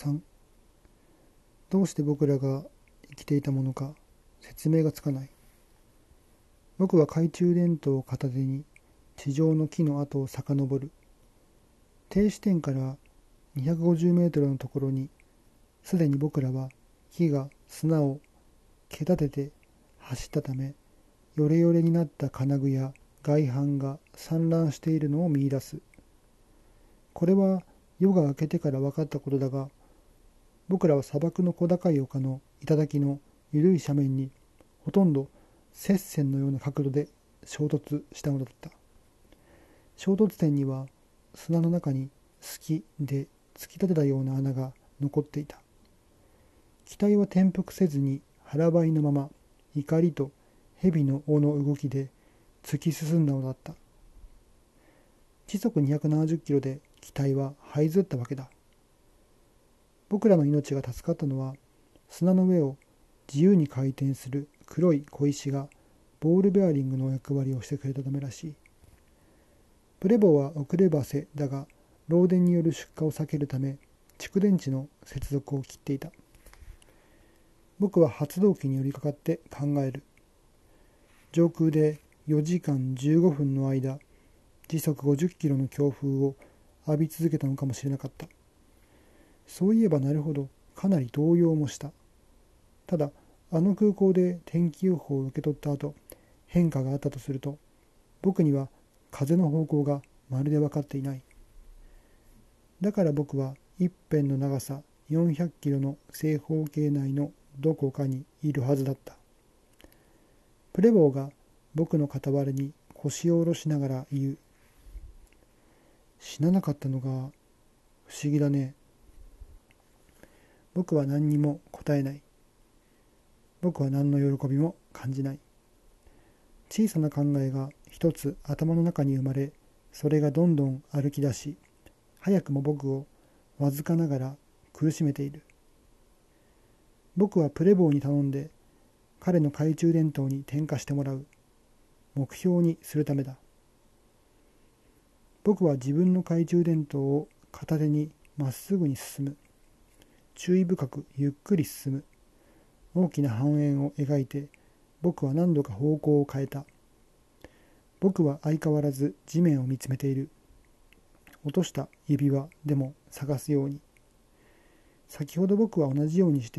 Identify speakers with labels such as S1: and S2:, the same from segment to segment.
S1: 3、どうして僕らが生きていたものか説明がつかない。僕は懐中電灯を片手に地上の木の跡を遡る。停止点から250メートルのところに、すでに僕らは木が砂を蹴立てて走ったため、ヨレヨレになった金具や外板が散乱しているのを見出す。これは夜が明けてから分かったことだが、僕らは砂漠の小高い丘の頂の緩い斜面にほとんど接線のような角度で衝突したのだった。衝突点には砂の中に隙で突き立てたような穴が残っていた。機体は転覆せずに腹ばいのまま怒りと蛇の尾の動きで突き進んだのだった。時速270キロで機体は這いずったわけだ。僕らの命が助かったのは、砂の上を自由に回転する黒い小石がボールベアリングの役割をしてくれたためらしい。プレボーは遅ればせだが、漏電による出火を避けるため、蓄電池の接続を切っていた。僕は発動機に寄りかかって考える。上空で4時間15分の間、時速50キロの強風を浴び続けたのかもしれなかった。そういえばなるほど、かなり動揺もした。ただ、あの空港で天気予報を受け取った後、変化があったとすると、僕には風の方向がまるで分かっていない。だから僕は一辺の長さ400キロの正方形内のどこかにいるはずだった。プレボーが僕の傍らに腰を下ろしながら言う。死ななかったのが不思議だね。僕は何にも答えない。僕は何の喜びも感じない。小さな考えが一つ頭の中に生まれ、それがどんどん歩き出し、早くも僕をわずかながら苦しめている。僕はプレボーに頼んで、彼の懐中電灯に点火してもらう。目標にするためだ。僕は自分の懐中電灯を片手にまっすぐに進む。注意深くゆっくり進む。大きな半円を描いて、僕は何度か方向を変えた。僕は相変わらず地面を見つめている。落とした指輪でも探すように。先ほど僕は同じようにして、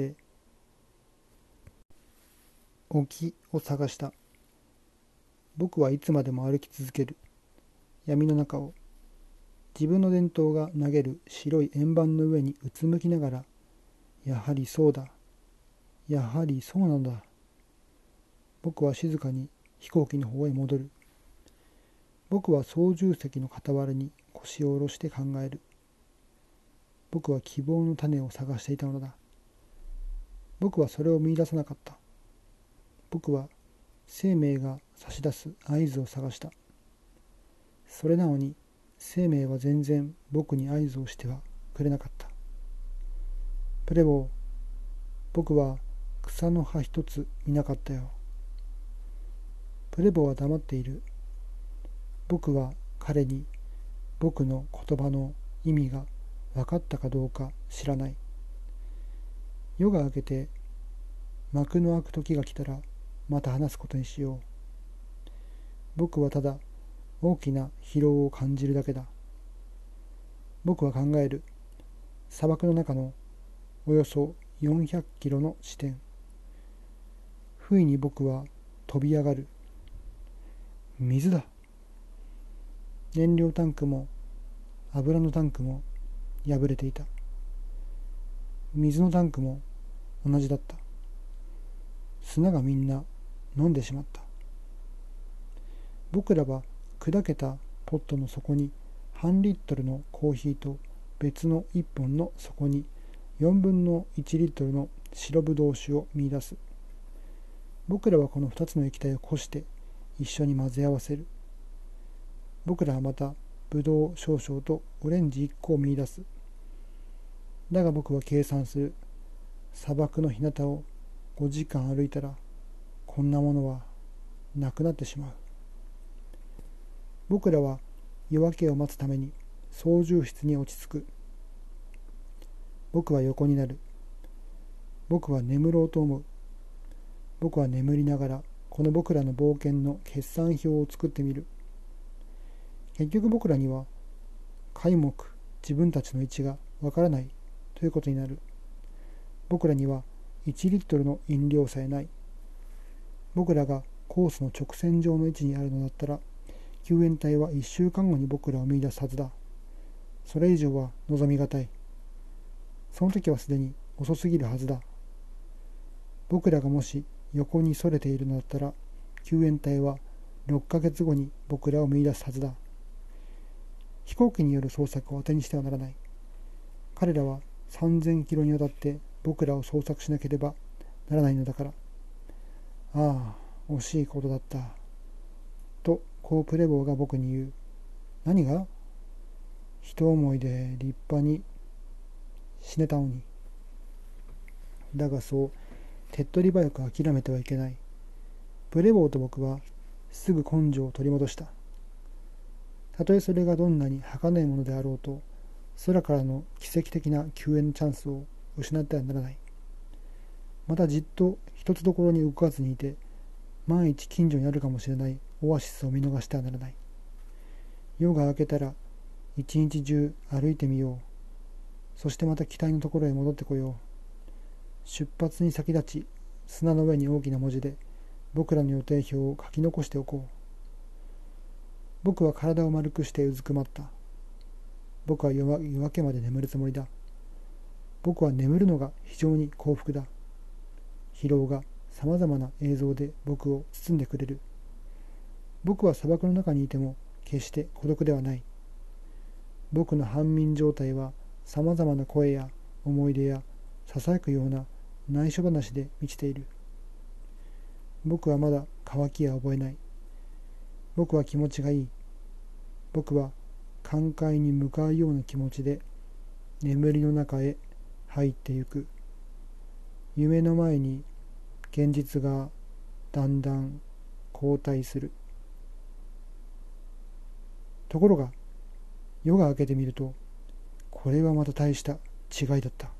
S1: 沖を探した。僕はいつまでも歩き続ける。闇の中を。自分の電灯が投げる白い円盤の上にうつむきながら、やはりそうだ。やはりそうなんだ。僕は静かに飛行機の方へ戻る。僕は操縦席の傍らに腰を下ろして考える。僕は希望の種を探していたのだ。僕はそれを見出さなかった。僕は生命が差し出す合図を探した。それなのに生命は全然僕に合図をしてはくれなかった。プレボー、僕は草の葉一つ見なかったよ。プレボーは黙っている。僕は彼に僕の言葉の意味が分かったかどうか知らない。夜が明けて幕の開く時が来たらまた話すことにしよう。僕はただ大きな疲労を感じるだけだ。僕は考える。砂漠の中のおよそ400キロの地点。不意に僕は飛び上がる。水だ。燃料タンクも油のタンクも破れていた。水のタンクも同じだった。砂がみんな飲んでしまった。僕らは砕けたポットの底に半リットルのコーヒーと別の1本の底に4分の1リットルの白ぶどう酒を見出す。僕らはこの2つの液体をこして一緒に混ぜ合わせる。僕らはまたぶどう少々とオレンジ1個を見出す。だが僕は計算する。砂漠の日向を5時間歩いたらこんなものはなくなってしまう。僕らは夜明けを待つために操縦室に落ち着く。 僕は横になる。僕は眠ろうと思う。僕は眠りながらこの僕らの冒険の決算表を作ってみる。結局僕らには皆目自分たちの位置がわからないということになる。僕らには1リットルの飲料さえない。僕らがコースの直線上の位置にあるのだったら、救援隊は1週間後に僕らを見出すはずだ。それ以上は望みがたい。その時はすでに遅すぎるはずだ。僕らがもし横にそれているのだったら、救援隊は6ヶ月後に僕らを見出すはずだ。飛行機による捜索を当てにしてはならない。彼らは3000キロにわたって僕らを捜索しなければならないのだから。ああ、惜しいことだった。と、こうプレボーが僕に言う。何が？一思いで立派に死ねたのに。だがそう、手っ取り早く諦めてはいけない。プレボーと僕はすぐ根性を取り戻した。たとえそれがどんなに儚いものであろうと、空からの奇跡的な救援チャンスを失ってはならない。またじっと一つどころに動かずにいて、万一近所にあるかもしれないオアシスを見逃してはならない。夜が明けたら一日中歩いてみよう。そしてまた機体のところへ戻ってこよう。出発に先立ち、砂の上に大きな文字で僕らの予定表を書き残しておこう。僕は体を丸くしてうずくまった。僕は夜明けまで眠るつもりだ。僕は眠るのが非常に幸福だ。疲労がさまざまな映像で僕を包んでくれる。僕は砂漠の中にいても決して孤独ではない。僕の半眠状態はさまざまな声や思い出やささやくような内緒話で満ちている。僕はまだ渇きは覚えない。僕は気持ちがいい。僕は寛解に向かうような気持ちで眠りの中へ入ってゆく。夢の前に現実がだんだん後退する。ところが夜が明けてみると、これはまた大した違いだった。